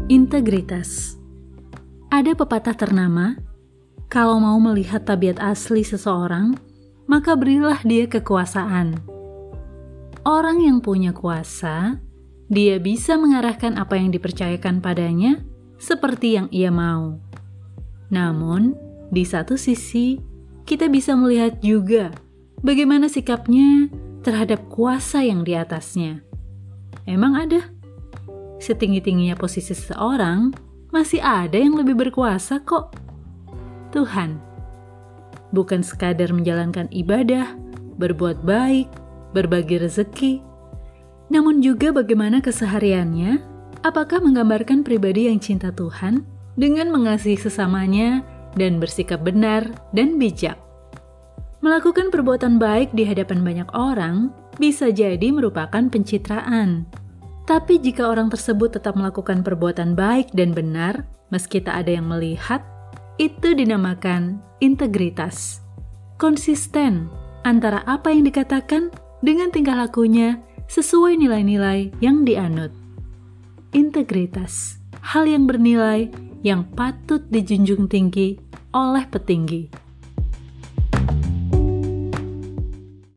Integritas. Ada pepatah ternama, kalau mau melihat tabiat asli seseorang, maka berilah dia kekuasaan. Orang yang punya kuasa, dia bisa mengarahkan apa yang dipercayakan padanya seperti yang ia mau. Namun, di satu sisi, kita bisa melihat juga bagaimana sikapnya terhadap kuasa yang di atasnya. Emang ada? Setinggi-tingginya posisi seseorang, masih ada yang lebih berkuasa kok. Tuhan. Bukan sekadar menjalankan ibadah, berbuat baik, berbagi rezeki, namun juga bagaimana kesehariannya, apakah menggambarkan pribadi yang cinta Tuhan dengan mengasihi sesamanya dan bersikap benar dan bijak. Melakukan perbuatan baik di hadapan banyak orang bisa jadi merupakan pencitraan. Tapi jika orang tersebut tetap melakukan perbuatan baik dan benar, meski tak ada yang melihat, itu dinamakan integritas. Konsisten antara apa yang dikatakan dengan tingkah lakunya sesuai nilai-nilai yang dianut. Integritas, hal yang bernilai yang patut dijunjung tinggi oleh petinggi.